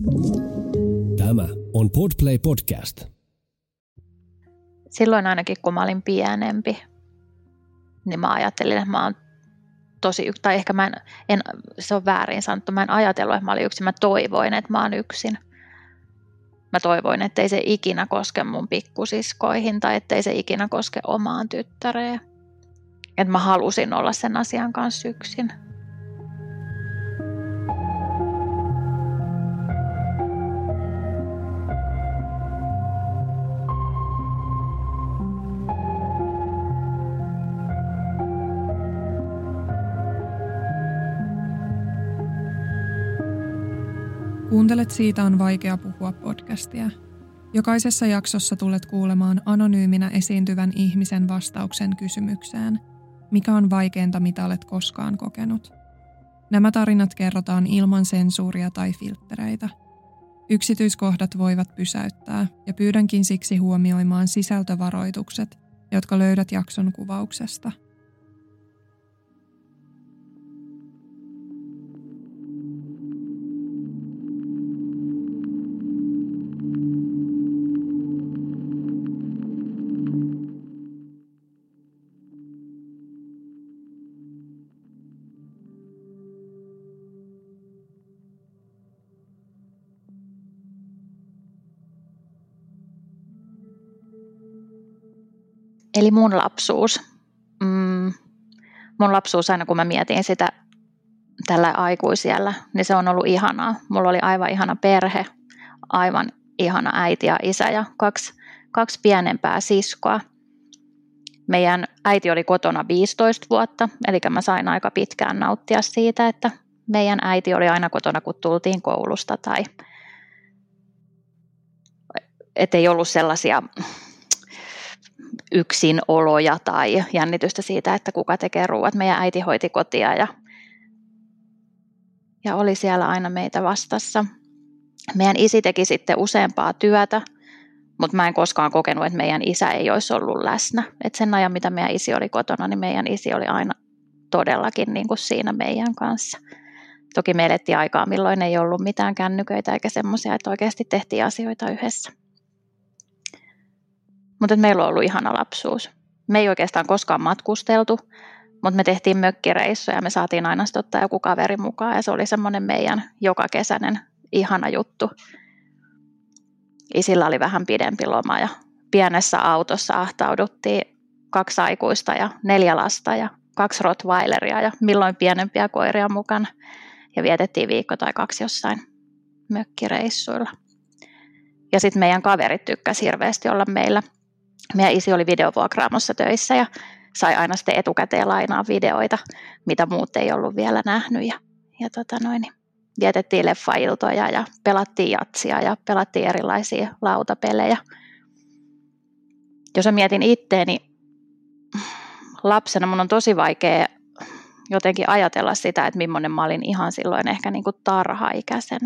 Tämä on Podplay Podcast. Silloin ainakin, kun mä olin pienempi, niin mä ajattelin, että mä oon tai ehkä se on väärin sanottu, mä en ajatellut, että mä olin yksin, mä toivoin, että mä oon yksin. Mä toivoin, ettei se ikinä koske mun pikkusiskoihin tai ettei se ikinä koske omaan tyttäreen. Että mä halusin olla sen asian kanssa yksin. Kuuntelet Siitä on vaikea puhua podcastia. Jokaisessa jaksossa tulet kuulemaan anonyyminä esiintyvän ihmisen vastauksen kysymykseen, mikä on vaikeinta, mitä olet koskaan kokenut. Nämä tarinat kerrotaan ilman sensuuria tai filttereitä. Yksityiskohdat voivat pysäyttää ja pyydänkin siksi huomioimaan sisältövaroitukset, jotka löydät jakson kuvauksesta. Eli mun lapsuus. Mun lapsuus, aina kun mä mietin sitä tällä aikuisiällä, niin se on ollut ihanaa. Mulla oli aivan ihana perhe, aivan ihana äiti ja isä ja kaksi pienempää siskoa. Meidän äiti oli kotona 15 vuotta, eli mä sain aika pitkään nauttia siitä, että meidän äiti oli aina kotona, kun tultiin koulusta tai ettei ollut sellaisia yksinoloja tai jännitystä siitä, että kuka tekee ruuat. Meidän äiti hoiti kotia ja oli siellä aina meitä vastassa. Meidän isi teki sitten useampaa työtä, mutta mä en koskaan kokenut, että meidän isä ei olisi ollut läsnä. Et sen ajan, mitä meidän isi oli kotona, niin meidän isi oli aina todellakin niin kuin siinä meidän kanssa. Toki me elettiin aikaa, milloin ei ollut mitään kännyköitä eikä semmoisia, että oikeasti tehtiin asioita yhdessä. Mutta meillä on ollut ihana lapsuus. Me ei oikeastaan koskaan matkusteltu, mutta me tehtiin mökkireissuja ja me saatiin aina ottaa joku kaveri mukaan. Ja se oli semmoinen meidän jokakesäinen ihana juttu. Isillä oli vähän pidempi loma ja pienessä autossa ahtauduttiin 2 aikuista ja 4 lasta ja 2 rottweileria ja milloin pienempiä koiria mukana. Ja vietettiin viikko tai 2 jossain mökkireissuilla. Ja sitten meidän kaverit tykkäsivät hirveästi olla meillä. Meidän isi oli videovuokraamossa töissä ja sai aina sitten etukäteen lainaa videoita, mitä muut ei ollut vielä nähnyt. Ja vietettiin leffailtoja ja pelattiin jatsia ja pelattiin erilaisia lautapelejä. Jos mä mietin itteeni lapsena, mun on tosi vaikea jotenkin ajatella sitä, että millainen mä olin ihan silloin ehkä niin kuin tarhaikäisenä.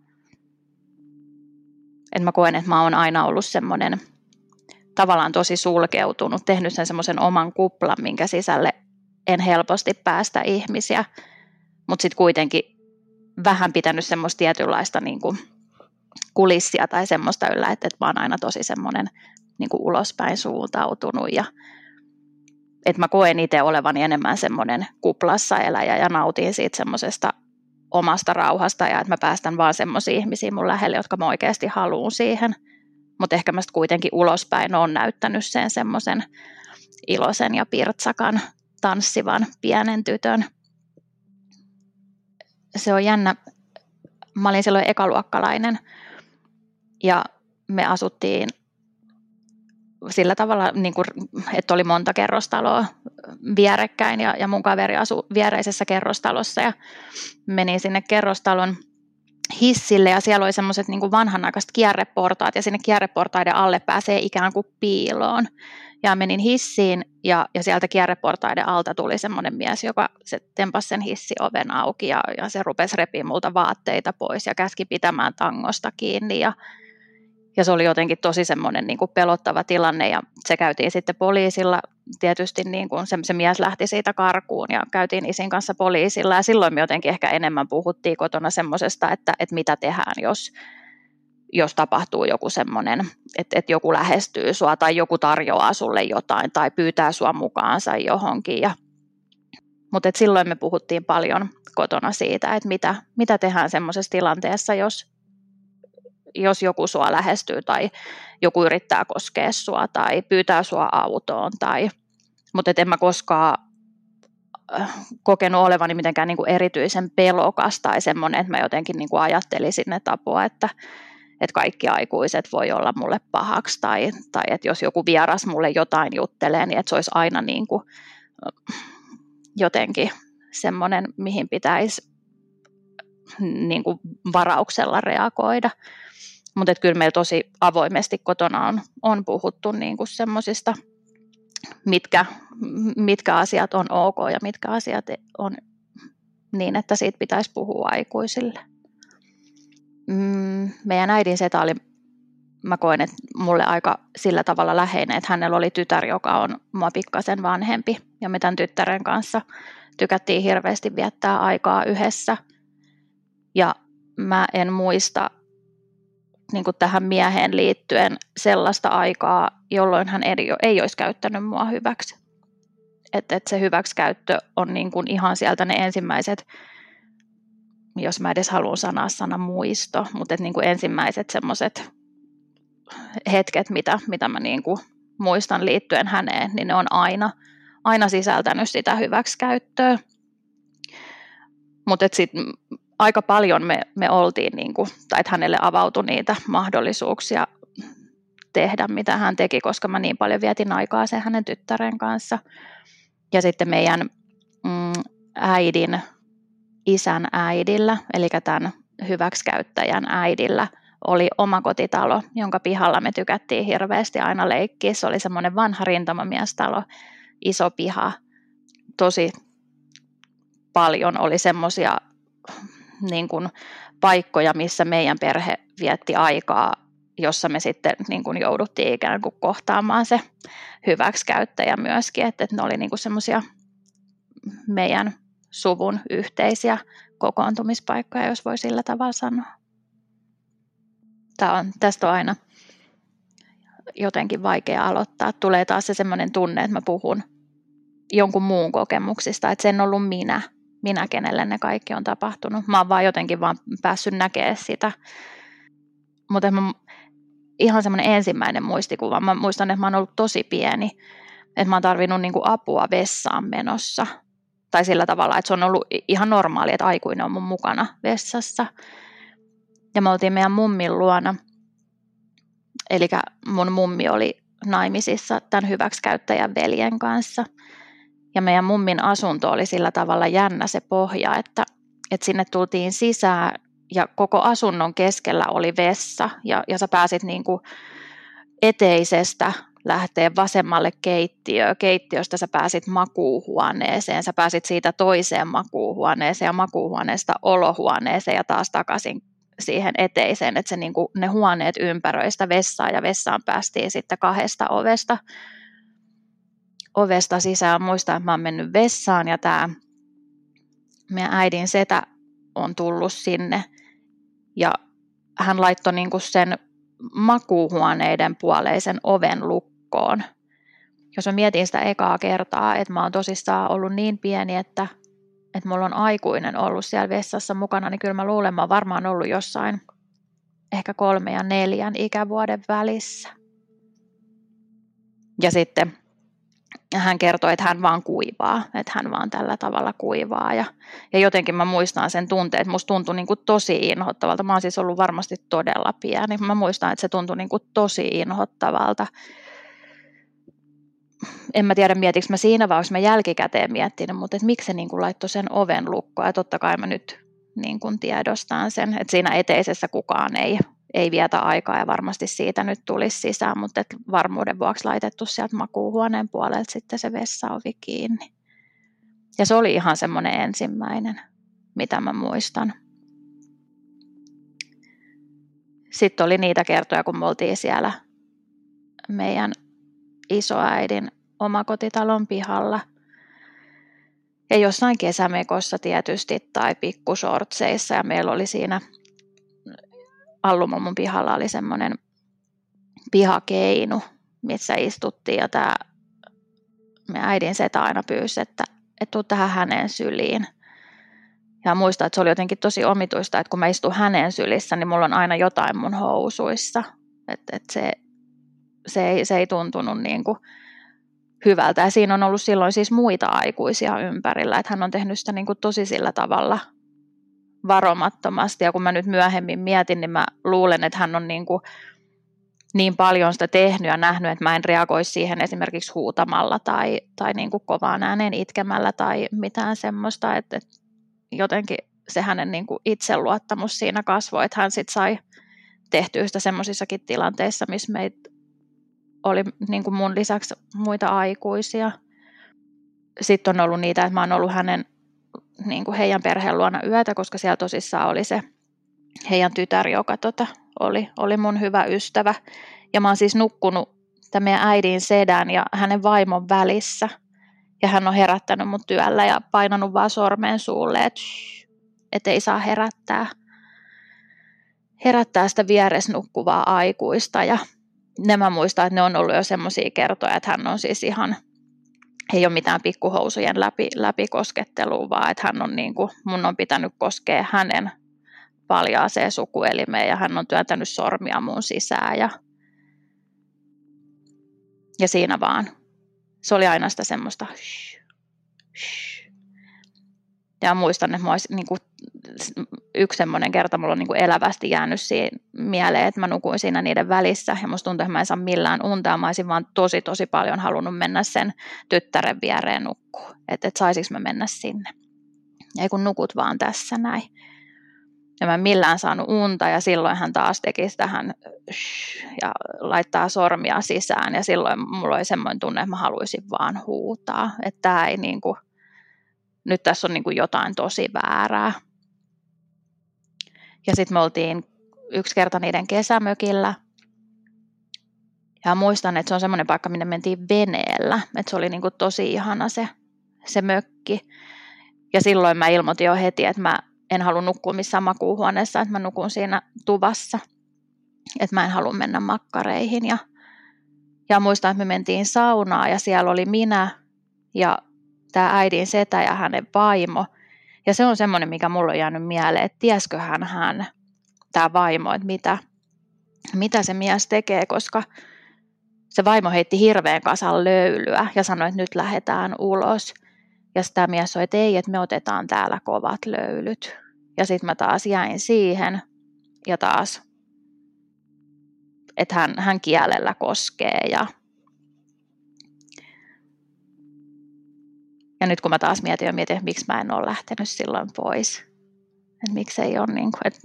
Et mä koen, että mä oon aina ollut semmoinen tavallaan tosi sulkeutunut, tehnyt sen semmoisen oman kuplan, minkä sisälle en helposti päästä ihmisiä, mutta sitten kuitenkin vähän pitänyt semmoista tietynlaista niin kuin kulissia tai semmoista yllä, että mä oon aina tosi semmoinen niin kuin ulospäin suuntautunut ja että mä koen itse olevani enemmän semmoinen kuplassa eläjä ja nautin siitä semmoisesta omasta rauhasta ja että mä päästän vaan semmoisia ihmisiä mun lähelle, jotka mä oikeasti haluan siihen. Mutta ehkä mä kuitenkin ulospäin olen näyttänyt sen semmoisen iloisen ja pirtsakan tanssivan pienen tytön. Se on jännä. Mä olin silloin ekaluokkalainen ja me asuttiin sillä tavalla, niin kuin, että oli monta kerrostaloa vierekkäin ja mun kaveri asui viereisessä kerrostalossa ja menin sinne kerrostalon hissille ja siellä oli semmoiset niin kuin vanhanaikaiset kierreportaat ja sinne kierreportaiden alle pääsee ikään kuin piiloon. Ja menin hissiin ja sieltä kierreportaiden alta tuli semmoinen mies, joka se tempasi sen hissioven auki ja se rupesi repiä multa vaatteita pois ja käski pitämään tangosta kiinni. Ja Ja se oli jotenkin tosi semmoinen niin kuin pelottava tilanne ja se käytiin sitten poliisilla. Tietysti niin kuin se mies lähti siitä karkuun ja käytiin isin kanssa poliisilla ja silloin me jotenkin ehkä enemmän puhuttiin kotona semmoisesta, että mitä tehdään, jos tapahtuu joku semmoinen, että joku lähestyy sua tai joku tarjoaa sulle jotain tai pyytää sua mukaansa johonkin. Mutta silloin me puhuttiin paljon kotona siitä, että mitä tehdään semmoisessa tilanteessa, jos joku sua lähestyy tai joku yrittää koskea sua tai pyytää sua autoon. Mutta en mä koskaan kokenut olevani mitenkään niinku erityisen pelokas tai semmoinen, että mä jotenkin niinku ajattelisin ne tapua, että kaikki aikuiset voi olla mulle pahaksi tai että jos joku vieras mulle jotain juttelee, niin että se olisi aina niinku jotenkin semmoinen, mihin pitäisi niinku varauksella reagoida. Mutta kyllä meillä tosi avoimesti kotona on puhuttu niinku semmoisista, mitkä asiat on ok ja mitkä asiat on niin, että siitä pitäisi puhua aikuisille. Meidän äidin setä oli, mä koen, että mulle aika sillä tavalla läheinen, että hänellä oli tytär, joka on mua pikkasen vanhempi ja me tämän tyttären kanssa tykättiin hirveästi viettää aikaa yhdessä. Ja mä en muista niin kuin tähän mieheen liittyen sellaista aikaa, jolloin hän ei olisi käyttänyt mua hyväksi. Että se hyväksikäyttö on niin kuin ihan sieltä ne ensimmäiset, jos mä edes haluan sana muisto, mutta niin kuin ensimmäiset semmoiset hetket, mitä mä niin kuin muistan liittyen häneen, niin ne on aina sisältänyt sitä hyväksikäyttöä. Mutta sitten aika paljon me oltiin, niin kuin, tai että hänelle avautui niitä mahdollisuuksia tehdä, mitä hän teki, koska mä niin paljon vietin aikaa sen hänen tyttären kanssa. Ja sitten meidän äidin isän äidillä, eli tämän hyväksikäyttäjän äidillä, oli oma kotitalo, jonka pihalla me tykättiin hirveästi aina leikkiä. Se oli semmoinen vanha rintamamiestalo, iso piha. Tosi paljon oli semmoisia niin kuin paikkoja, missä meidän perhe vietti aikaa, jossa me sitten niin kuin jouduttiin ikään kuin kohtaamaan se hyväksikäyttäjä myöskin, että ne oli niin kuin semmoisia meidän suvun yhteisiä kokoontumispaikkoja, jos voi sillä tavalla sanoa. Tästä on aina jotenkin vaikea aloittaa. Tulee taas se semmoinen tunne, että mä puhun jonkun muun kokemuksista, että se en ollut minä, kenelle ne kaikki on tapahtunut. Mä oon vaan jotenkin päässyt näkemään sitä. Mutta ihan semmoinen ensimmäinen muistikuva. Mä muistan, että mä oon ollut tosi pieni, että mä oon tarvinnut niinku apua vessaan menossa. Tai sillä tavalla, että se on ollut ihan normaali, että aikuinen on mun mukana vessassa. Ja me oltiin meidän mummin luona. Eli mun mummi oli naimisissa tämän hyväksikäyttäjän veljen kanssa. Ja meidän mummin asunto oli sillä tavalla jännä se pohja, että sinne tultiin sisään ja koko asunnon keskellä oli vessa. Ja sä pääsit niin kuin eteisestä lähteä vasemmalle keittiöön. Keittiöstä sä pääsit makuuhuoneeseen, sä pääsit siitä toiseen makuuhuoneeseen ja makuuhuoneesta olohuoneeseen ja taas takaisin siihen eteiseen, että se niin kuin ne huoneet ympäröistä vessaa ja vessaan päästiin sitten 2 ovesta sisään. Muistan, että mä oon mennyt vessaan ja tämä meidän äidin setä on tullut sinne ja hän laittoi niin kuin sen makuuhuoneiden puoleisen oven lukkoon. Jos mä mietin sitä ekaa kertaa, että mä oon tosissaan ollut niin pieni, että mulla on aikuinen ollut siellä vessassa mukana, niin kyllä mä luulen, mä oon varmaan ollut jossain ehkä 3 ja 4 ikävuoden välissä. Ja sitten hän kertoi, että hän vaan kuivaa, että hän vaan tällä tavalla kuivaa. Ja jotenkin mä muistan sen tunteen, että musta tuntui niin kuin tosi inhottavalta. Mä oon siis ollut varmasti todella pieni. Mä muistan, että se tuntui niin kuin tosi inhottavalta. En mä tiedä, mietinkö mä siinä vai onko mä jälkikäteen miettinyt, mutta että miksi se niin kuin laittoi sen oven lukkoon. Ja totta kai mä nyt niin kuin tiedostan sen, että siinä eteisessä kukaan ei vietä aikaa ja varmasti siitä nyt tulisi sisään, mutta et varmuuden vuoksi laitettu sieltä makuuhuoneen puolelta sitten se vessaovi kiinni. Ja se oli ihan semmoinen ensimmäinen, mitä mä muistan. sitten oli niitä kertoja, kun me oltiin siellä meidän isoäidin omakotitalon pihalla. Ja jossain kesämekossa tietysti tai pikkusortseissa. Ja meillä oli siinä Allumommun pihalla oli semmoinen pihakeinu, missä istuttiin. Ja tämä meidän äidin setä aina pyysi, että tuu tähän hänen syliin. Ja muistan, että se oli jotenkin tosi omituista, että kun mä istun hänen sylissä, niin mulla on aina jotain mun housuissa. Että se ei tuntunut niin kuin hyvältä. Ja siinä on ollut silloin siis muita aikuisia ympärillä. Että hän on tehnyt sitä niin kuin tosi sillä tavalla varomattomasti. Ja kun mä nyt myöhemmin mietin, niin mä luulen, että hän on niin paljon sitä tehnyt ja nähnyt, että mä en reagoisi siihen esimerkiksi huutamalla tai niin kuin kovaan ääneen itkemällä tai mitään semmoista. Että jotenkin se hänen niin kuin itseluottamus siinä kasvoi, että hän sitten sai tehtyä sitä semmoisissakin tilanteissa, missä meitä oli niin kuin mun lisäksi muita aikuisia. Sitten on ollut niitä, että mä oon ollut niin kuin heidän perheen luona yötä, koska siellä tosissaan oli se heidän tytär, joka oli mun hyvä ystävä. Ja mä oon siis nukkunut tämän meidän äidin sedän ja hänen vaimon välissä. Ja hän on herättänyt mut työllä ja painanut vaan sormeen suulle, että ei saa herättää sitä vieressä nukkuvaa aikuista. Ja ne mä muistan, että ne on ollut jo semmoisia kertoja, että hän on siis ihan, ei ole mitään pikkuhousujen läpi koskettelua, vaan että hän on mun on pitänyt koskea hänen paljaaseen sukuelimeen ja hän on työntänyt sormia mun sisään ja siinä vaan. Se oli aina sitä semmoista ja muistan, että yksi semmoinen kerta mulla on elävästi jäänyt mieleen, että mä nukuin siinä niiden välissä ja musta tuntui, että mä en saa millään unta. Mä olisin vaan tosi paljon halunnut mennä sen tyttären viereen nukkuun, että saisinko mä mennä sinne. Ei kun nukut vaan tässä näin. Ja mä en millään saanut unta ja silloin hän taas teki sitä ja laittaa sormia sisään ja silloin mulla oli semmoinen tunne, että mä haluaisin vaan huutaa, että tää ei nyt tässä on jotain tosi väärää. Ja sitten me oltiin yksi kerta niiden kesämökillä. Ja muistan, että se on semmoinen paikka, minne mentiin veneellä. Että se oli tosi ihana se mökki. Ja silloin mä ilmoitin jo heti, että mä en halua nukkua missään makuuhuoneessa, että mä nukun siinä tuvassa. Että mä en halua mennä makkareihin. Ja muistan, että me mentiin saunaan ja siellä oli minä ja tämä äidin setä ja hänen vaimo. Ja se on semmoinen, mikä mulla on jäänyt mieleen, että tiesköhän tämä vaimo, että mitä se mies tekee, koska se vaimo heitti hirveän kasan löylyä ja sanoi, että nyt lähdetään ulos. Ja sitä mies sanoi, että ei, että me otetaan täällä kovat löylyt. Ja sitten mä taas jäin siihen ja taas, että hän kielellä koskee ja nyt kun mä taas mietin, että miksi mä en ole lähtenyt silloin pois. Että miksi ei ole että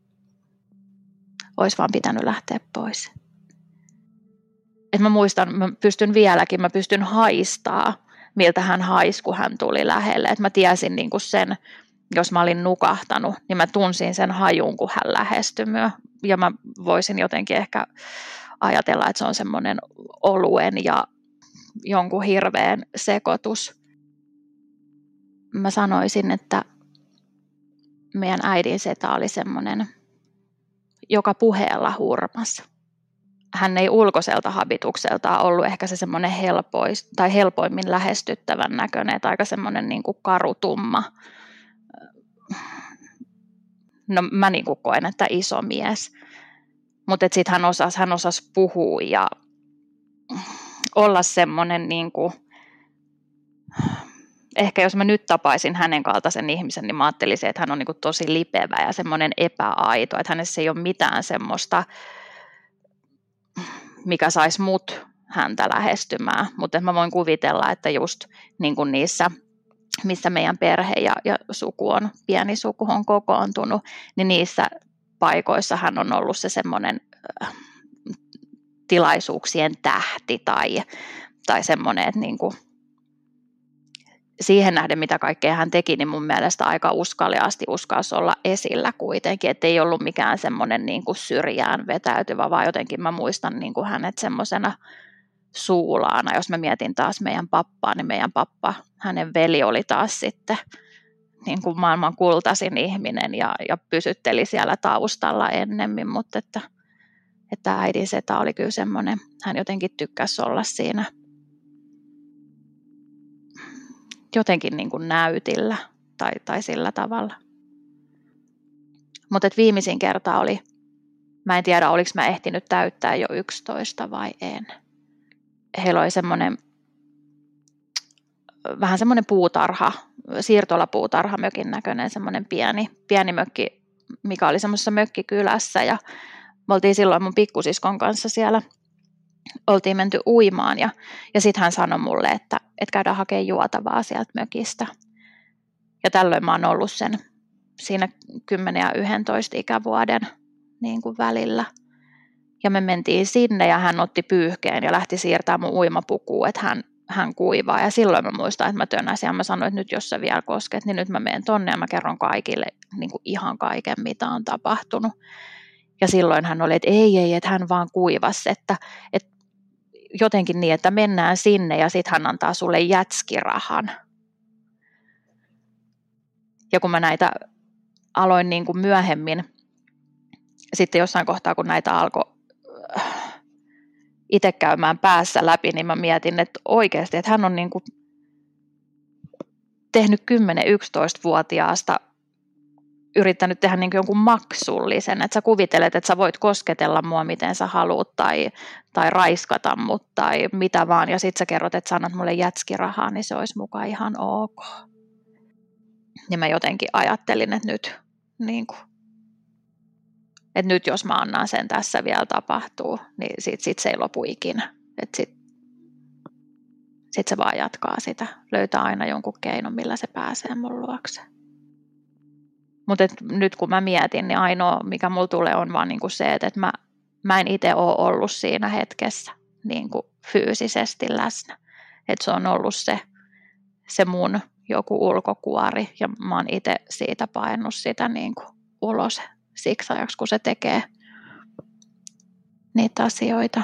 olisi vaan pitänyt lähteä pois. Että mä muistan, mä pystyn haistaa, miltä hän haisi, kun hän tuli lähelle. Että mä tiesin sen, jos mä olin nukahtanut, niin mä tunsin sen hajun, kun hän lähestyi myö. Ja mä voisin jotenkin ehkä ajatella, että se on semmoinen oluen ja jonkun hirveän sekoitus. Mä sanoisin, että meidän äidin setä oli semmoinen, joka puheella hurmasi. Hän ei ulkoiselta habitukseltaan ollut ehkä se semmoinen helpoimmin lähestyttävän näköinen, että aika semmoinen karutumma. No mä koen, että iso mies. Mutta sitten hän osasi puhua ja olla semmoinen ehkä jos mä nyt tapaisin hänen kaltaisen ihmisen, niin mä ajattelisin, että hän on tosi lipevä ja semmoinen epäaito, että hänessä ei ole mitään semmoista, mikä saisi mut häntä lähestymään. Mutta mä voin kuvitella, että just niissä, missä meidän perhe ja suku on, pieni suku on kokoontunut, niin niissä paikoissa hän on ollut se semmoinen tilaisuuksien tähti tai semmoinen, että siihen nähden, mitä kaikkea hän teki, niin mun mielestä aika uskaliaasti uskalsi olla esillä kuitenkin, että ei ollut mikään semmoinen niin kuin syrjään vetäytyvä, vaan jotenkin mä muistan niin kuin hänet semmoisena suulaana. Jos mä mietin taas meidän pappaa, niin meidän pappa, hänen veli oli taas sitten niin kuin maailman kultaisin ihminen ja pysytteli siellä taustalla ennemmin, mutta että äidin setä oli kyllä semmoinen, hän jotenkin tykkäsi olla siinä jotenkin niin kuin näytillä tai sillä tavalla. Mutta viimeisin kerta oli, mä en tiedä oliko mä ehtinyt täyttää jo 11 vai en. Heillä oli semmoinen, vähän semmoinen puutarha, siirtolapuutarhamökin näköinen semmoinen pieni mökki, mikä oli semmoisessa mökkikylässä ja me oltiin silloin mun pikkusiskon kanssa siellä, oltiin menty uimaan ja sitten hän sanoi mulle, että käydään hakemaan juotavaa sieltä mökistä. Ja tällöin mä oon ollut siinä 10 ja 11 ikävuoden niin kuin välillä. Ja me mentiin sinne ja hän otti pyyhkeen ja lähti siirtämään mun uimapukuun, että hän kuivaa. Ja silloin mä muistan, että mä tönäsin ja mä sanoin, että nyt jos sä vielä kosket, niin nyt mä menen tonne ja mä kerron kaikille niin kuin ihan kaiken, mitä on tapahtunut. Ja silloin hän oli, että ei, että hän vaan kuivasi, että jotenkin niin, että mennään sinne ja sitten hän antaa sulle jätskirahan. Ja kun mä näitä aloin niin kuin myöhemmin, sitten jossain kohtaa kun näitä alkoi itse käymään päässä läpi, niin mä mietin, että oikeasti, että hän on niin kuin tehnyt 10-11-vuotiaasta, yrittänyt tehdä niin kuin jonkun maksullisen, että sä kuvitelet, että sä voit kosketella mua miten sä haluat tai raiskata mut tai mitä vaan, ja sit sä kerrot, että sanat mulle jätskirahaa, niin se olisi mukaan ihan ok. Ja mä jotenkin ajattelin, että nyt jos mä annan sen tässä vielä tapahtuu, niin sit se ei lopu ikinä. Että sit se vaan jatkaa sitä, löytää aina jonkun keinon, millä se pääsee mun luokse. Mutta nyt kun mä mietin, niin ainoa mikä mulla tulee on vaan niinku se, että mä en itse ole ollut siinä hetkessä niinku fyysisesti läsnä. Että se on ollut se mun joku ulkokuori ja mä oon itse siitä painut sitä niinku ulos siksi ajaksi, kun se tekee niitä asioita.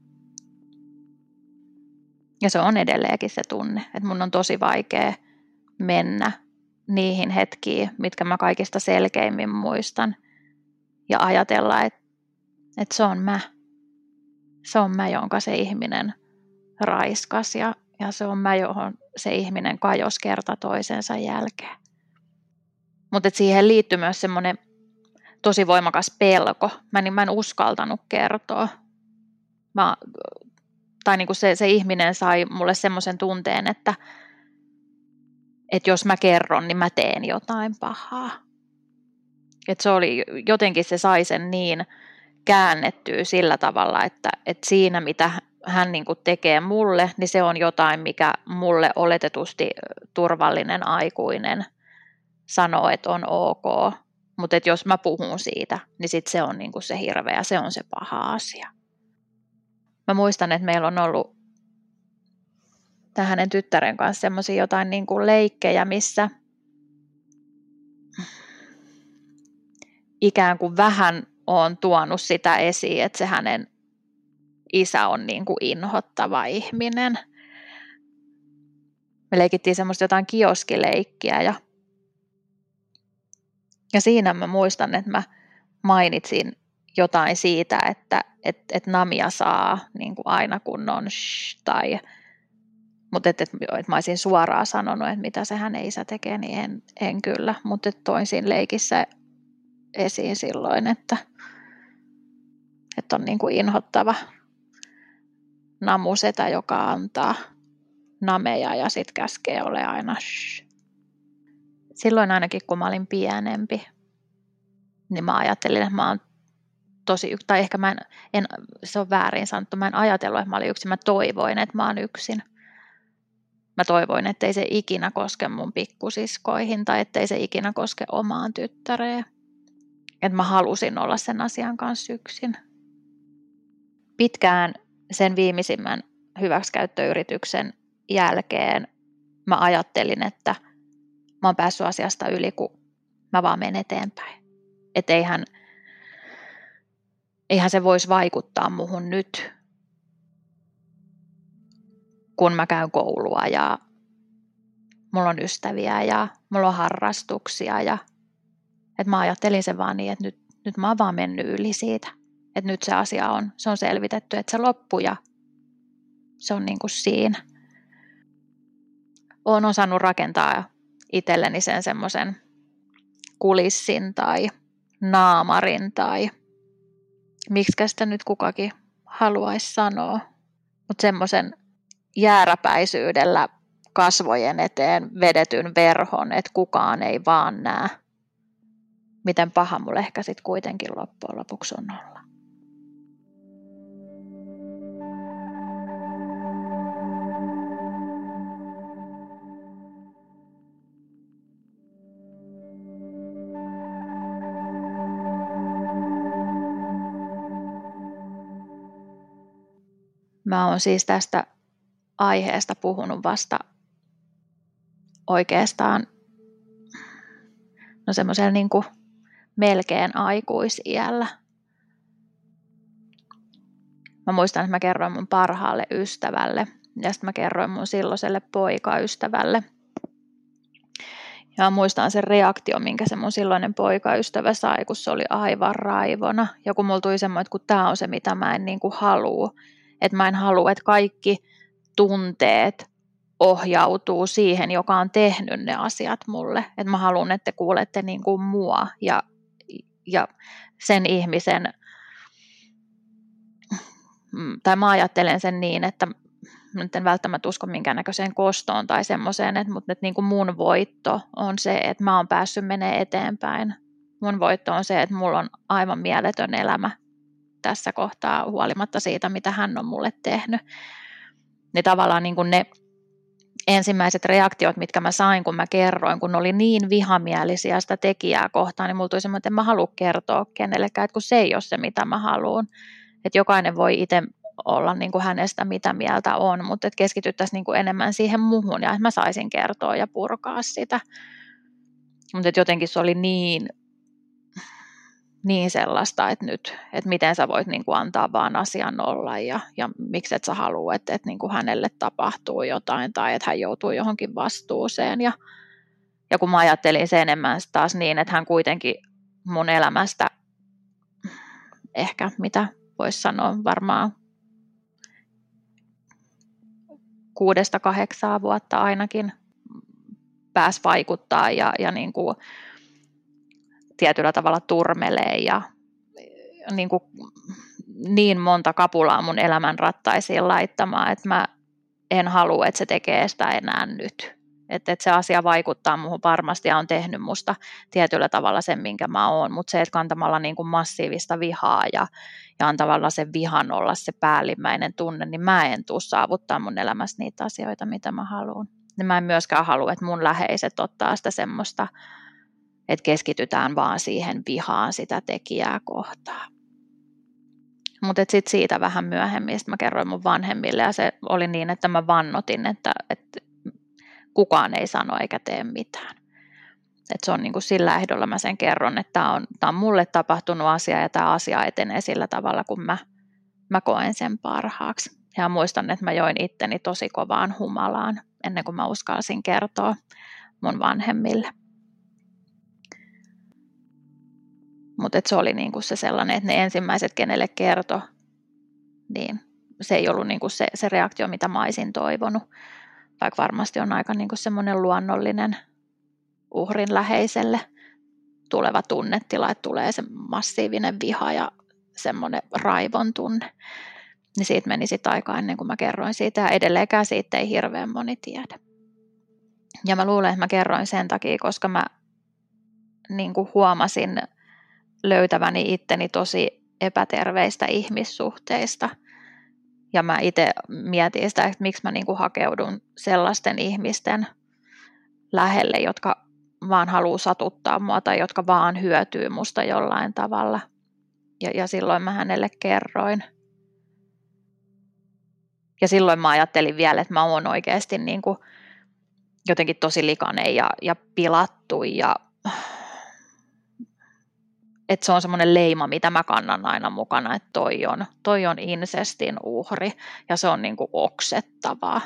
Ja se on edelleenkin se tunne, että mun on tosi vaikea mennä niihin hetkiin, mitkä mä kaikista selkeimmin muistan ja ajatella, että se on mä. Se on mä, jonka se ihminen raiskas ja se on mä, johon se ihminen kajosi kerta toisensa jälkeen. Mutta siihen liittyy myös semmoinen tosi voimakas pelko. Mä en uskaltanut kertoa. Tai niinku se ihminen sai mulle semmoisen tunteen, että jos mä kerron, niin mä teen jotain pahaa. Et se oli, jotenkin se sai sen niin käännettyä sillä tavalla, että siinä mitä hän niinku tekee mulle, niin se on jotain, mikä mulle oletetusti turvallinen aikuinen sanoo, että on ok. Mutta jos mä puhun siitä, niin sit se on niinku se hirveä, se on se paha asia. Mä muistan, että meillä on ollut tämän hänen tyttären kanssa semmoisia jotain niin kuin leikkejä, missä ikään kuin vähän on tuonut sitä esiin, että se hänen isä on niin kuin inhottava ihminen. Me leikittiin semmoista jotain kioskileikkiä ja siinä mä muistan, että mä mainitsin jotain siitä, että Namia saa niin kuin aina kun on mutta että mä olisin suoraan sanonut, että mitä se hänen isä tekee, niin en kyllä. Mutta toin siinä leikissä esiin silloin, että on niin kuin inhottava namusetä, joka antaa nameja ja sitten käskee ole aina Silloin ainakin, kun mä olin pienempi, niin mä ajattelin, että mä oon tai ehkä se on väärin sanottu, mä en ajatellut, että mä olin yksin, mä toivoin, että mä oon yksin. Mä toivoin, ettei se ikinä koske mun pikkusiskoihin tai ettei se ikinä koske omaan tyttäreen. Että mä halusin olla sen asian kanssa yksin. Pitkään sen viimeisimmän hyväksikäyttöyrityksen jälkeen mä ajattelin, että mä oon päässyt asiasta yli, kun mä vaan menen eteenpäin. Että eihän se voisi vaikuttaa muhun nyt, kun mä käyn koulua ja mulla on ystäviä ja mulla on harrastuksia. Että mä ajattelin sen vaan niin, että nyt mä oon vaan mennyt yli siitä. Että nyt se asia se on selvitetty, että se loppui ja se on niin kuin siinä. Oon osannut rakentaa itselleni sen semmoisen kulissin tai naamarin tai miksikä sitä nyt kukakin haluaisi sanoa. Mutta semmoisen jääräpäisyydellä kasvojen eteen vedetyn verhon, että kukaan ei vaan näe, miten paha mulle ehkä sitten kuitenkin loppujen lopuksi on olla. Mä oon siis tästä aiheesta puhunut vasta oikeastaan semmoisella niin kuin melkein aikuisiällä. Mä muistan, että mä kerroin mun parhaalle ystävälle ja sitten mä kerroin mun silloiselle poikaystävälle. Ja mä muistan sen reaktio, minkä se mun silloinen poikaystävä sai, kun se oli aivan raivona. Ja kun mulla tuli semmoinen, että kun tää on se, mitä mä en niin kuin halua. Että mä en halua, että kaikki tunteet ohjautuu siihen, joka on tehnyt ne asiat mulle. Että mä haluan, että te kuulette niin kuin mua ja sen ihmisen, tai mä ajattelen sen niin, että nyt en välttämättä usko minkäännäköiseen kostoon tai semmoiseen, mutta että niin kuin mun voitto on se, että mä oon päässyt menemään eteenpäin. Mun voitto on se, että mulla on aivan mieletön elämä tässä kohtaa huolimatta siitä, mitä hän on mulle tehnyt. Niin tavallaan niin kuin ne ensimmäiset reaktiot, mitkä mä sain, kun mä kerroin, kun ne oli niin vihamielisiä sitä tekijää kohtaan, niin mulla tuli semmoinen, että en mä halua kertoa kenellekään, että kun se ei ole se, mitä mä haluan. Että jokainen voi itse olla niin kuin hänestä mitä mieltä on, mutta että keskityttäisiin niin kuin enemmän siihen muhun ja että mä saisin kertoa ja purkaa sitä. Mutta että jotenkin se oli niin sellaista, että nyt, että miten sä voit niin kuin antaa vaan asian olla ja miksi et sä halua, että niin kuin hänelle tapahtuu jotain tai että hän joutuu johonkin vastuuseen. Ja kun mä ajattelin sen enemmän taas niin, että hän kuitenkin mun elämästä ehkä, mitä voisi sanoa, varmaan 6-8 vuotta ainakin pääsi vaikuttaa ja niin kuin tietyllä tavalla turmelee ja niin monta kapulaa mun elämän rattaisiin laittamaan, että mä en halua, että se tekee sitä enää nyt. Että se asia vaikuttaa muuhun varmasti ja on tehnyt musta tietyllä tavalla sen, minkä mä oon, mutta se, että kantamalla niin kuin massiivista vihaa ja antavalla sen vihan olla se päällimmäinen tunne, niin mä en tule saavuttaa mun elämässä niitä asioita, mitä mä haluan. Ja mä en myöskään halua, että mun läheiset ottaa sitä semmoista, että keskitytään vaan siihen vihaan sitä tekijää kohtaan. Mutta sitten siitä vähän myöhemmin mä kerroin mun vanhemmille ja se oli niin, että mä vannotin, että kukaan ei sano eikä tee mitään. Et se on niin kuin sillä ehdolla mä sen kerron, että tämä on mulle tapahtunut asia ja tämä asia etenee sillä tavalla, kun mä koen sen parhaaksi. Ja muistan, että mä join itteni tosi kovaan humalaan ennen kuin mä uskalsin kertoa mun vanhemmille. Mutta se oli niinku se sellainen, että ne ensimmäiset, kenelle kertoi, niin se ei ollut niinku se reaktio, mitä mä olisin toivonut. Vaikka varmasti on aika niinku semmoinen luonnollinen uhrin läheiselle tuleva tunnetila, että tulee se massiivinen viha ja semmoinen raivon tunne. Niin siitä meni sitten aikaa ennen kuin mä kerroin siitä ja edelleenkään siitä ei hirveän moni tiedä. Ja mä luulen, että mä kerroin sen takia, koska mä niinku huomasin löytäväni itteni tosi epäterveistä ihmissuhteista. Ja mä itse mietin sitä, että miksi mä niinku hakeudun sellaisten ihmisten lähelle, jotka vaan haluaa satuttaa mua tai jotka vaan hyötyy musta jollain tavalla. Ja silloin mä hänelle kerroin. Ja silloin mä ajattelin vielä, että mä oon oikeasti niinku jotenkin tosi likainen ja pilattu ja että se on semmoinen leima, mitä mä kannan aina mukana, että toi on insestin uhri ja se on niin kuin oksettavaa.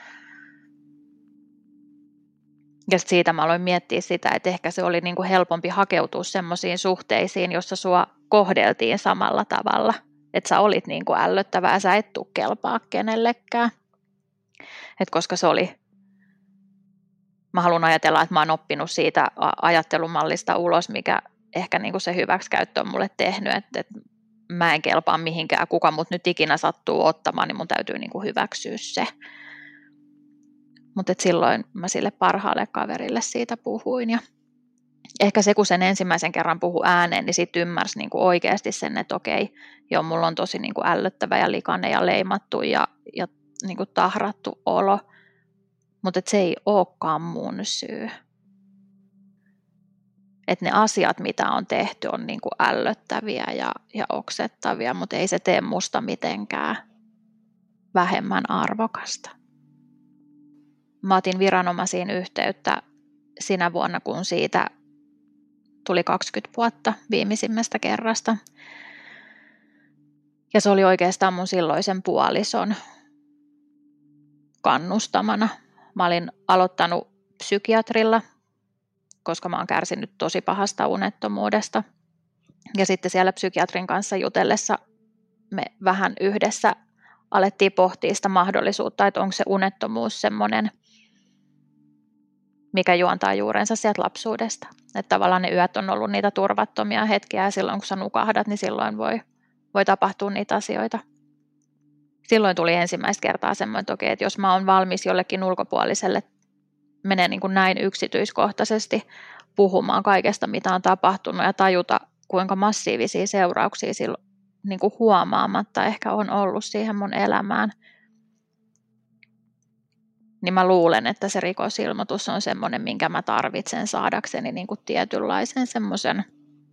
Ja siitä mä aloin miettiä sitä, että ehkä se oli niin kuin helpompi hakeutua semmoisiin suhteisiin, jossa sua kohdeltiin samalla tavalla. Että sä olit niin kuin ällöttävää ja sä et tuu kelpaa kenellekään. Et koska se oli, mä haluan ajatella, että mä oon oppinut siitä ajattelumallista ulos, mikä ehkä niin kuin se hyväksikäyttö on mulle tehnyt, että mä en kelpaa mihinkään, kuka mut nyt ikinä sattuu ottamaan, niin mun täytyy niin kuin hyväksyä se. Mutta silloin mä sille parhaalle kaverille siitä puhuin ja ehkä se, kun sen ensimmäisen kerran puhui ääneen, niin sitten ymmärsi niin kuin oikeasti sen, että okei, joo, mulla on tosi niin kuin ällöttävä ja likainen ja leimattu ja niin kuin tahrattu olo, mutta se ei olekaan mun syy. Että ne asiat, mitä on tehty, on niin kuin ällöttäviä ja oksettavia, mutta ei se tee musta mitenkään vähemmän arvokasta. Mä otin viranomaisiin yhteyttä sinä vuonna, kun siitä tuli 20 vuotta viimeisimmästä kerrasta. Ja se oli oikeastaan mun silloisen puolison kannustamana. Mä olin aloittanut psykiatrilla, koska mä oon kärsinyt tosi pahasta unettomuudesta. Ja sitten siellä psykiatrin kanssa jutellessa me vähän yhdessä alettiin pohtia sitä mahdollisuutta, että onko se unettomuus semmoinen, mikä juontaa juurensa sieltä lapsuudesta. Että tavallaan ne yöt on ollut niitä turvattomia hetkiä ja silloin kun sä nukahdat, niin silloin voi tapahtua niitä asioita. Silloin tuli ensimmäistä kertaa semmoinen, että okei, että jos mä oon valmis jollekin ulkopuoliselle menen niin kuin näin yksityiskohtaisesti puhumaan kaikesta, mitä on tapahtunut ja tajuta, kuinka massiivisia seurauksia sillä niin kuin huomaamatta ehkä on ollut siihen mun elämään, niin mä luulen, että se rikosilmoitus on semmoinen, minkä mä tarvitsen saadakseni niin kuin tietynlaisen semmoisen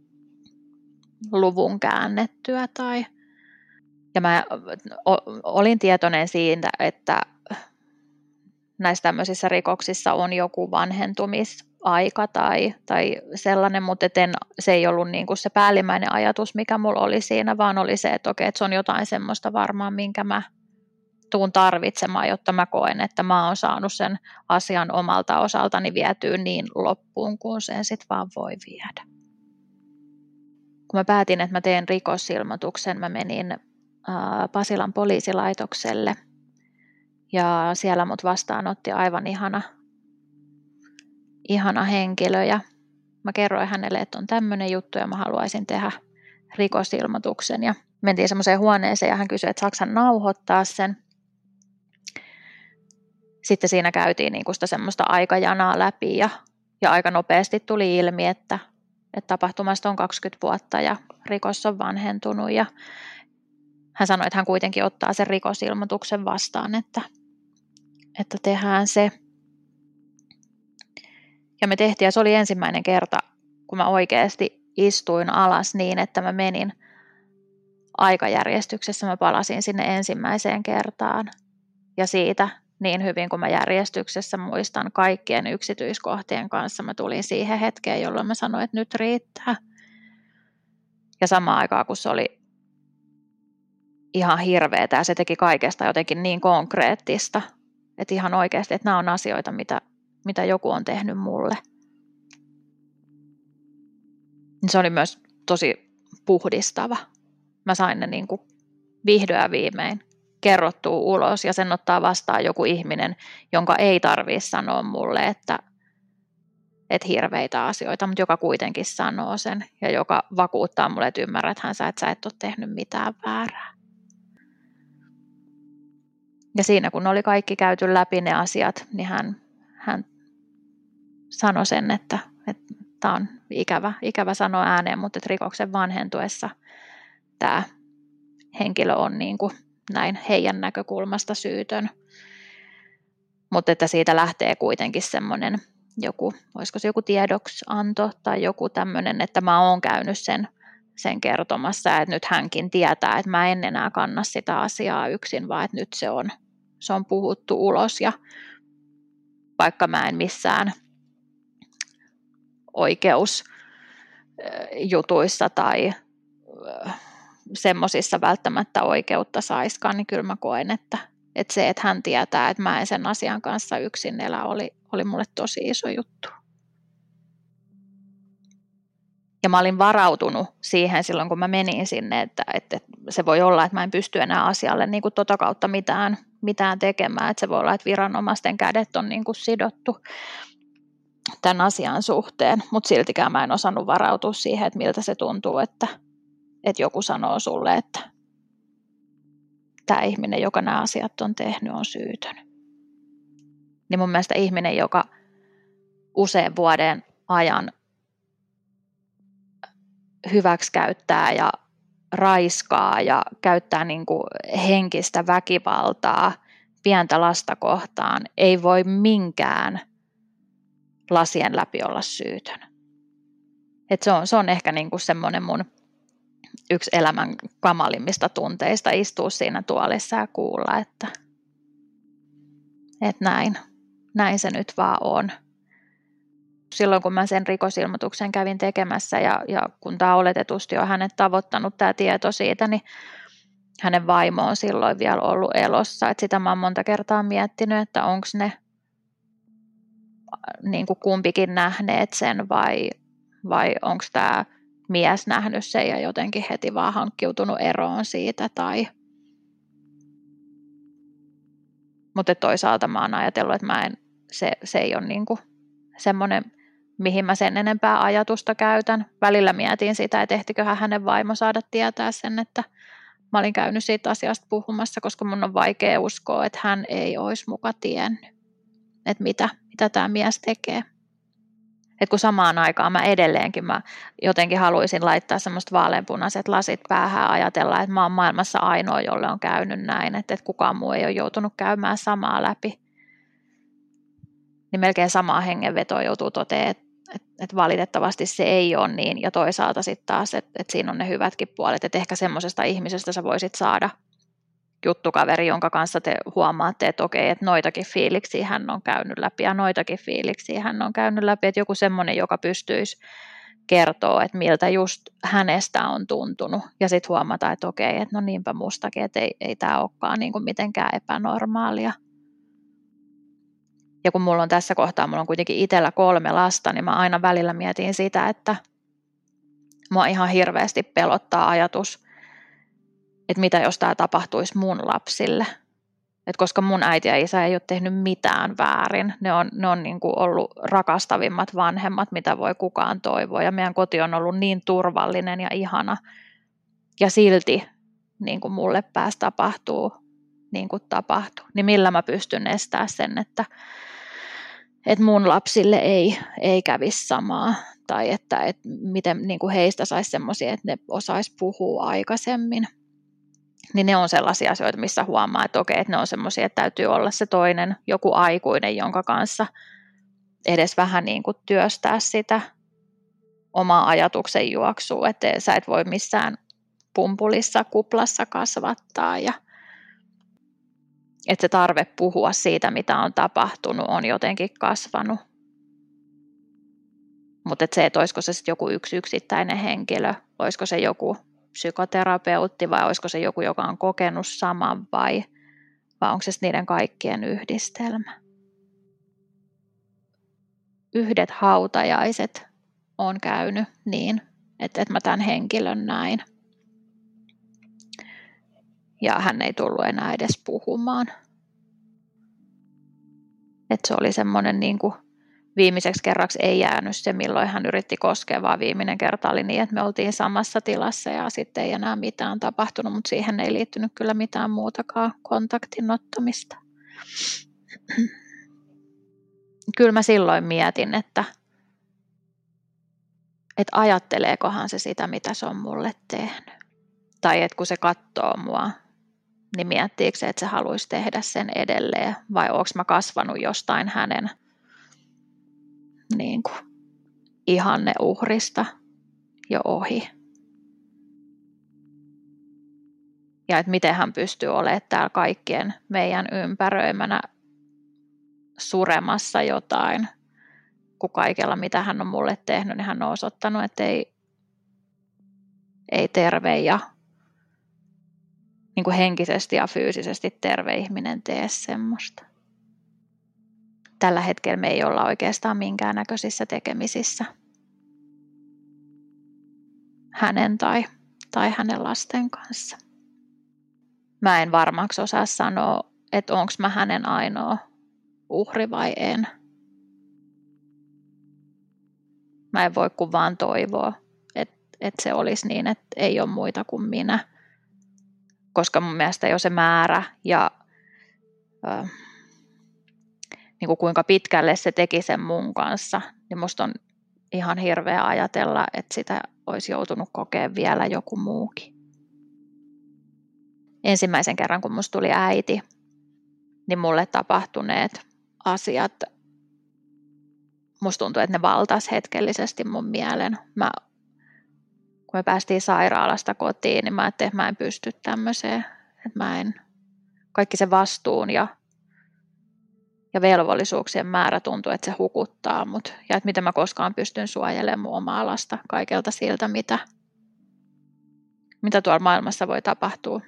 luvun käännettyä. Ja mä olin tietoinen siitä, että näissä tämmöisissä rikoksissa on joku vanhentumisaika tai sellainen, mutta se ei ollut niin kuin se päällimmäinen ajatus, mikä mulla oli siinä, vaan oli se, että okei, että se on jotain semmoista varmaan, minkä mä tuun tarvitsemaan, jotta mä koen, että mä oon saanut sen asian omalta osaltani vietyä niin loppuun, kuin sen sit vaan voi viedä. Kun mä päätin, että mä teen rikosilmoituksen, mä menin Pasilan poliisilaitokselle ja siellä mut vastaanotti aivan ihana henkilö ja mä kerroin hänelle, että on tämmöinen juttu ja mä haluaisin tehdä rikosilmoituksen ja mentiin semmoiseen huoneeseen ja hän kysyi, että saanko hän nauhoittaa sen. Sitten siinä käytiin niin kuin sitä semmoista aikajanaa läpi ja aika nopeasti tuli ilmi, että tapahtumasta on 20 vuotta ja rikos on vanhentunut ja hän sanoi, että hän kuitenkin ottaa sen rikosilmoituksen vastaan, että tehdään se. Ja me tehtiin ja se oli ensimmäinen kerta, kun mä oikeasti istuin alas niin, että mä menin aikajärjestyksessä, mä palasin sinne ensimmäiseen kertaan ja siitä niin hyvin kuin mä järjestyksessä muistan kaikkien yksityiskohtien kanssa. Mä tulin siihen hetkeen, jolloin mä sanoin, että nyt riittää. Ja samaan aikaan, kun se oli ihan hirveetä ja se teki kaikesta jotenkin niin konkreettista, että ihan oikeasti, että nämä on asioita, mitä joku on tehnyt mulle. Se oli myös tosi puhdistava. Mä sain ne niin kuin vihdoin ja viimein kerrottua ulos ja sen ottaa vastaan joku ihminen, jonka ei tarvitse sanoa mulle, että hirveitä asioita, mutta joka kuitenkin sanoo sen ja joka vakuuttaa mulle, että ymmärräthän sä, että sä et ole tehnyt mitään väärää. Ja siinä kun oli kaikki käyty läpi ne asiat, niin hän sanoi sen, että tämä on ikävä sanoa ääneen, mutta että rikoksen vanhentuessa tämä henkilö on niin kuin näin heidän näkökulmasta syytön, mutta että siitä lähtee kuitenkin semmoinen olisiko se joku tiedoksianto tai joku tämmöinen, että mä oon käynyt sen kertomassa, että nyt hänkin tietää, että mä en enää kanna sitä asiaa yksin, vaan että nyt se on puhuttu ulos ja vaikka mä en missään oikeusjutuissa tai semmoisissa välttämättä oikeutta saiskaan, niin kyllä mä koen, että se, että hän tietää, että mä en sen asian kanssa yksin elä, oli mulle tosi iso juttu. Ja mä olin varautunut siihen silloin, kun mä menin sinne, että se voi olla, että mä en pysty enää asialle niin kuin tota kautta mitään tekemään. Että se voi olla, että viranomaisten kädet on niin kuin sidottu tämän asian suhteen, mutta siltikään mä en osannut varautua siihen, että miltä se tuntuu, että joku sanoo sulle, että tämä ihminen, joka nämä asiat on tehnyt, on syytön. Niin mun mielestä ihminen, joka usean vuoden ajan hyväksikäyttää ja raiskaa ja käyttää niin kuin henkistä väkivaltaa pientä lasta kohtaan, ei voi minkään lasien läpi olla syytön. Et se on ehkä niin kuin semmoinen mun yksi elämän kamalimmista tunteista istua siinä tuolissa ja kuulla, että näin se nyt vaan on. Silloin kun mä sen rikosilmoituksen kävin tekemässä ja kun tämä oletetusti on hänet tavoittanut tämä tieto siitä, niin hänen vaimo on silloin vielä ollut elossa. Et sitä mä oon monta kertaa miettinyt, että onko ne niin kuin kumpikin nähneet sen vai onko tämä mies nähnyt sen ja jotenkin heti vaan hankkiutunut eroon siitä. Mutta toisaalta mä oon ajatellut, että se ei ole niin kuin semmoinen, mihin mä sen enempää ajatusta käytän. Välillä mietin sitä, että ehtiköhän hänen vaimo saada tietää sen, että mä olin käynyt siitä asiasta puhumassa, koska mun on vaikea uskoa, että hän ei olisi muka tiennyt, että mitä tämä mies tekee. Et kun samaan aikaan mä jotenkin haluaisin laittaa semmoista vaaleanpunaiset lasit päähän ja ajatella, että mä oon maailmassa ainoa, jolle on käynyt näin, että kukaan muu ei ole joutunut käymään samaa läpi. Niin melkein samaa hengenvetoa joutuu toteamaan, että valitettavasti se ei ole niin, ja toisaalta sitten taas, että siinä on ne hyvätkin puolet, että ehkä semmoisesta ihmisestä sä voisit saada juttukaveri, jonka kanssa te huomaatte, että okei, että noitakin fiiliksiä hän on käynyt läpi, ja noitakin fiiliksiä hän on käynyt läpi, että joku semmoinen, joka pystyisi kertoa, että miltä just hänestä on tuntunut, ja sitten huomata, että okei, että no niinpä mustakin, että ei tämä olekaan niin kuin mitenkään epänormaalia. Ja kun mulla on kuitenkin itsellä 3 lasta, niin mä aina välillä mietin sitä, että mua ihan hirveästi pelottaa ajatus, että mitä jos tämä tapahtuisi mun lapsille. Et koska mun äiti ja isä ei ole tehnyt mitään väärin. Ne on niin kuin ollut rakastavimmat vanhemmat, mitä voi kukaan toivoa. Ja meidän koti on ollut niin turvallinen ja ihana. Ja silti niin kuin mulle pääsi tapahtuu niin kuin tapahtui. Niin millä mä pystyn estämään sen, että mun lapsille ei kävisi samaa. Tai että miten niin kuin heistä saisi semmoisia, että ne osaisi puhua aikaisemmin. Niin ne on sellaisia asioita, missä huomaa, että okei, että ne on semmoisia, että täytyy olla se toinen, joku aikuinen, jonka kanssa edes vähän niin kuin työstää sitä omaa ajatuksen juoksua, että sä et voi missään pumpulissa, kuplassa kasvattaa ja että se tarve puhua siitä, mitä on tapahtunut, on jotenkin kasvanut. Mutta se, että olisiko se sitten joku yksittäinen henkilö, olisiko se joku psykoterapeutti vai olisiko se joku, joka on kokenut saman vai onko se niiden kaikkien yhdistelmä. Yhdet hautajaiset on käynyt niin, että mä tämän henkilön näin. Ja hän ei tullut enää edes puhumaan. Että se oli semmoinen niin kuin viimeiseksi kerraksi ei jäänyt se, milloin hän yritti koskea, vaan viimeinen kerta oli niin, että me oltiin samassa tilassa ja sitten ei enää mitään tapahtunut, mutta siihen ei liittynyt kyllä mitään muutakaan kontaktin ottamista. Kyllä mä silloin mietin, että ajatteleekohan se sitä, mitä se on mulle tehnyt. Tai että kun se katsoo mua, niin miettiikö se, että se haluaisi tehdä sen edelleen vai onko mä kasvanut jostain hänen niin kuin ihanneuhrista jo ohi. Ja että miten hän pystyy olemaan täällä kaikkien meidän ympäröimänä suremassa jotain, kun kaikella mitä hän on mulle tehnyt, niin hän on osoittanut, että ei terve ja niin kuin henkisesti ja fyysisesti terve ihminen tee semmoista. Tällä hetkellä me ei olla oikeastaan minkäännäköisissä tekemisissä hänen tai hänen lasten kanssa. Mä en varmaksi osaa sanoa, että onko mä hänen ainoa uhri vai en. Mä en voi kuin vaan toivoa, että se olisi niin, että ei ole muita kuin minä. Koska mun mielestä jo se määrä ja niin kuin kuinka pitkälle se teki sen mun kanssa, niin musta on ihan hirveä ajatella, että sitä olisi joutunut kokea vielä joku muukin. Ensimmäisen kerran, kun musta tuli äiti, niin mulle tapahtuneet asiat, musta tuntui, että ne valtasi hetkellisesti mun mielen. Kun me päästiin sairaalasta kotiin, niin mä ajattelin, että mä en pysty tämmöiseen. Että kaikki se vastuun ja velvollisuuksien määrä tuntuu, että se hukuttaa mut. Ja että miten mä koskaan pystyn suojelemaan mun omaa lasta kaikelta siltä, mitä tuolla maailmassa voi tapahtua.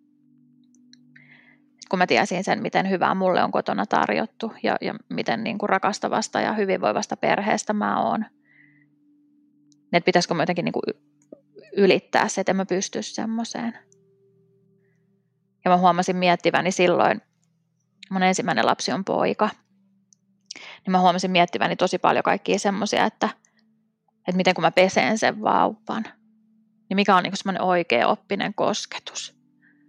Kun mä tiesin sen, miten hyvää mulle on kotona tarjottu ja miten niin kuin rakastavasta ja hyvinvoivasta perheestä mä oon. Että pitäisikö mä jotenkin niin kuin ylittää se, että en mä pysty semmoiseen. Ja mä huomasin miettiväni silloin, mun ensimmäinen lapsi on poika, niin mä huomasin miettiväni tosi paljon kaikkia semmoisia, että miten kun mä pesen sen vauvan, niin mikä on niin kuin semmoinen oikea oppinen kosketus.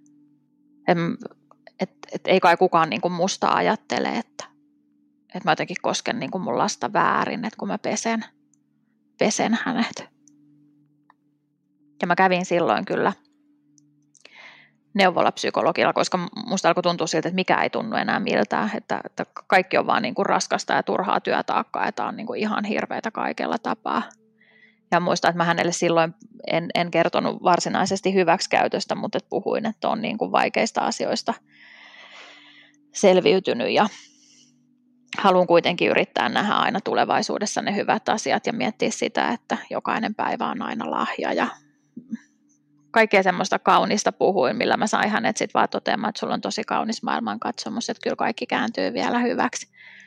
Että ei kai kukaan niin kuin musta ajattele, että mä jotenkin kosken niin kuin mun lasta väärin, että kun mä pesen hänet. Ja mä kävin silloin kyllä neuvolapsykologilla, koska musta alkoi tuntua siltä, että mikä ei tunnu enää miltään, että kaikki on vaan niin kuin raskasta ja turhaa työtaakkaa, ja tämä on niin kuin ihan hirveätä kaikella tapaa. Ja muistan, että mä hänelle silloin en kertonut varsinaisesti hyväksikäytöstä, mutta puhuin, että on niin kuin vaikeista asioista selviytynyt ja haluan kuitenkin yrittää nähdä aina tulevaisuudessa ne hyvät asiat ja miettiä sitä, että jokainen päivä on aina lahja ja kaikkea semmoista kaunista puhuin, millä mä sain hänet sitten vaan toteamaan, että sulla on tosi kaunis maailmankatsomus, että kyllä kaikki kääntyy vielä hyväksi.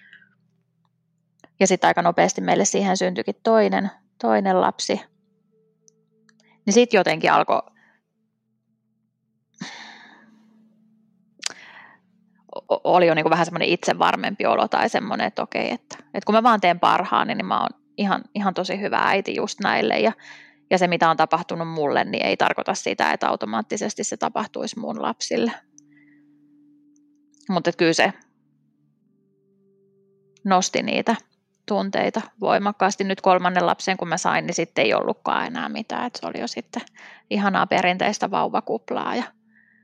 Ja sitten aika nopeasti meille siihen syntyikin toinen lapsi. Niin sitten jotenkin oli jo niinku vähän semmoinen itsevarmempi olo tai semmoinen, että okei, että kun mä vaan teen parhaani, niin mä oon ihan tosi hyvä äiti just näille. Ja se, mitä on tapahtunut mulle, niin ei tarkoita sitä, että automaattisesti se tapahtuisi mun lapsille. Mutta kyllä se nosti niitä tunteita voimakkaasti. Nyt 3. lapsen, kun mä sain, niin sitten ei ollutkaan enää mitään. Et se oli jo sitten ihanaa perinteistä vauvakuplaa ja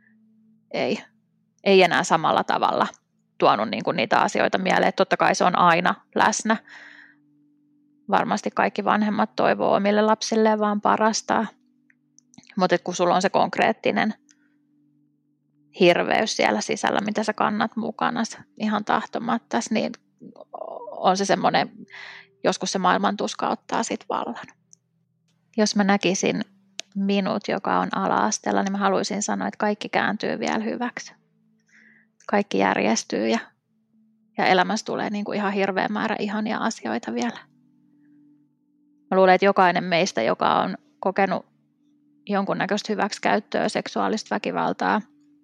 ei enää samalla tavalla tuonut niinku niitä asioita mieleen. Totta kai se on aina läsnä. Varmasti kaikki vanhemmat toivoo omille lapsilleen vaan parasta. Mutta kun sulla on se konkreettinen hirveys siellä sisällä, mitä sä kannat mukana ihan tahtomatta, niin on se semmoinen, joskus se maailmantuska ottaa sit vallan. Jos mä näkisin minut, joka on ala-asteella, niin mä haluaisin sanoa, että kaikki kääntyy vielä hyväksi. Kaikki järjestyy ja elämässä tulee niin kuin ihan hirveä määrä ihania asioita vielä. Mä luulen, että jokainen meistä, joka on kokenut jonkunnäköistä hyväksikäyttöä, seksuaalista väkivaltaa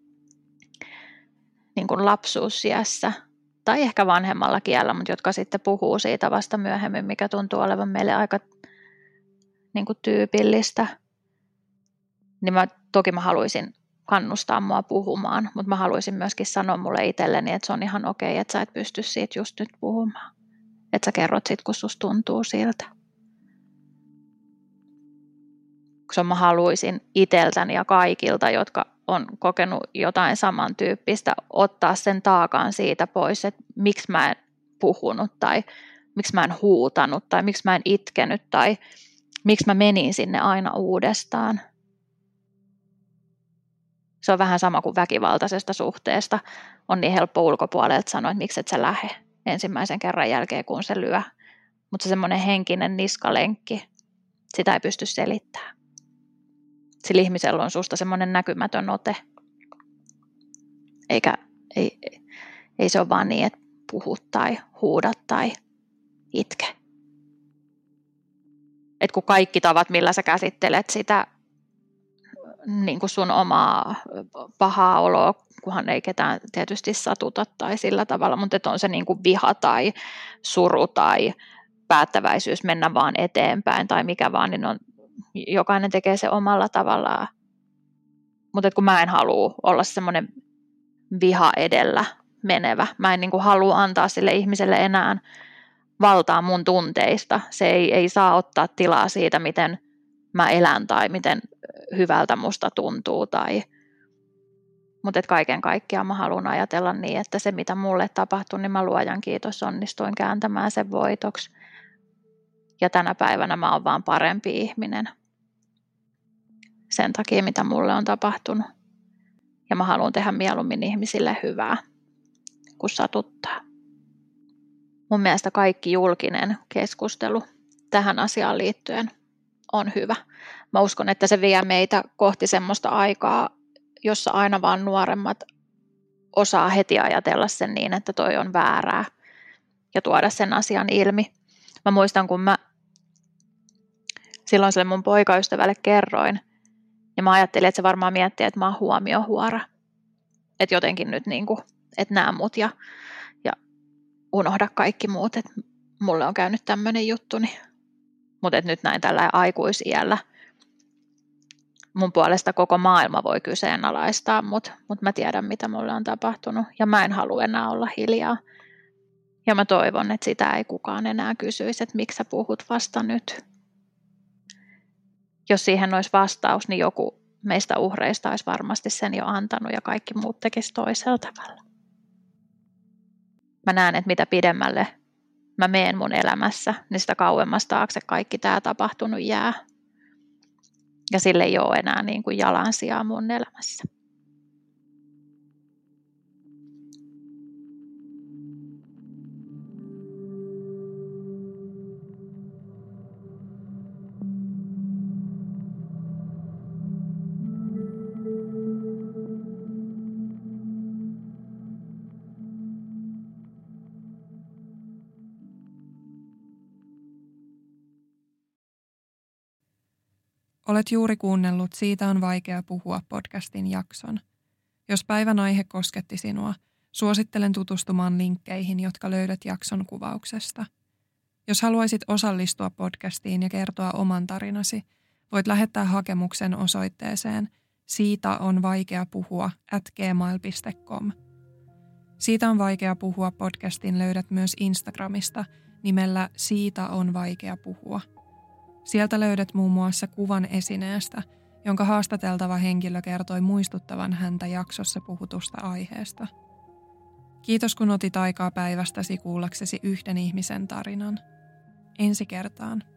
niin kuin lapsuusiässä tai ehkä vanhemmalla kielellä, mutta jotka sitten puhuu siitä vasta myöhemmin, mikä tuntuu olevan meille aika niin kuin tyypillistä, niin toki mä haluaisin kannustaa mua puhumaan, mutta mä haluaisin myöskin sanoa mulle itselleni, että se on ihan okei, että sä et pysty siitä just nyt puhumaan. Että sä kerrot sit, kun susta tuntuu siltä. Koska mä haluaisin itseltäni ja kaikilta, jotka on kokenut jotain samantyyppistä, ottaa sen taakan siitä pois, että miksi mä en puhunut tai miksi mä en huutanut tai miksi mä en itkenyt tai miksi mä menin sinne aina uudestaan. Se on vähän sama kuin väkivaltaisesta suhteesta. On niin helppo ulkopuolelta sanoa, että miksi et sä lähde. ensimmäisen kerran jälkeen, kun se lyö. Mutta se semmoinen henkinen niskalenkki, sitä ei pysty selittämään. Sillä ihmisellä on susta semmoinen näkymätön ote. Ei se ole vaan niin, että puhut tai huudat tai itke. Et kun kaikki tavat, millä sä käsittelet sitä niin kuin sun omaa pahaa oloa, kunhan ei ketään tietysti satuta tai sillä tavalla, mutta että on se niin kuin viha tai suru tai päättäväisyys mennä vaan eteenpäin tai mikä vaan, niin jokainen tekee se omalla tavallaan. Mutta kun mä en halua olla semmoinen viha edellä menevä, mä en niin kuin halua antaa sille ihmiselle enää valtaa mun tunteista. Se ei saa ottaa tilaa siitä, miten mä elän tai miten hyvältä musta tuntuu. Mutta kaiken kaikkiaan mä haluan ajatella niin, että se mitä mulle tapahtui, niin mä luojan kiitos onnistuin kääntämään sen voitoksi. Ja tänä päivänä mä oon vaan parempi ihminen sen takia, mitä mulle on tapahtunut. Ja mä haluan tehdä mieluummin ihmisille hyvää, kun satuttaa. Mun mielestä kaikki julkinen keskustelu tähän asiaan liittyen on hyvä. Mä uskon, että se vie meitä kohti semmoista aikaa, jossa aina vaan nuoremmat osaa heti ajatella sen niin, että toi on väärää ja tuoda sen asian ilmi. Mä muistan, kun mä silloin sille mun poikaystävälle kerroin, ja mä ajattelin, että se varmaan miettii, että mä oon huomiohuora. Että jotenkin nyt niin kuin, että nää mut ja unohda kaikki muut, että mulle on käynyt tämmöinen juttu. Mutta nyt näin tällä aikuisiällä mun puolesta koko maailma voi kyseenalaistaa, mutta mä tiedän, mitä mulle on tapahtunut. Ja mä en halua enää olla hiljaa. Ja mä toivon, että sitä ei kukaan enää kysyisi, että miksi sä puhut vasta nyt. Jos siihen olisi vastaus, niin joku meistä uhreista olisi varmasti sen jo antanut ja kaikki muut tekisi toisella tavalla. Mä näen, että mitä pidemmälle mä menen mun elämässä, niin sitä kauemmas taakse kaikki tämä tapahtunut jää. Ja sille ei ole enää niin kuin jalansijaa mun elämässä. Olet juuri kuunnellut Siitä on vaikea puhua podcastin jakson. Jos päivän aihe kosketti sinua, suosittelen tutustumaan linkkeihin, jotka löydät jakson kuvauksesta. Jos haluaisit osallistua podcastiin ja kertoa oman tarinasi, voit lähettää hakemuksen osoitteeseen siitäonvaikeapuhua@gmail.com. Siitä on vaikea puhua podcastin löydät myös Instagramista nimellä Siitä on vaikea puhua. Sieltä löydät muun muassa kuvan esineestä, jonka haastateltava henkilö kertoi muistuttavan häntä jaksossa puhutusta aiheesta. Kiitos kun otit aikaa päivästäsi kuullaksesi yhden ihmisen tarinan. Ensi kertaan.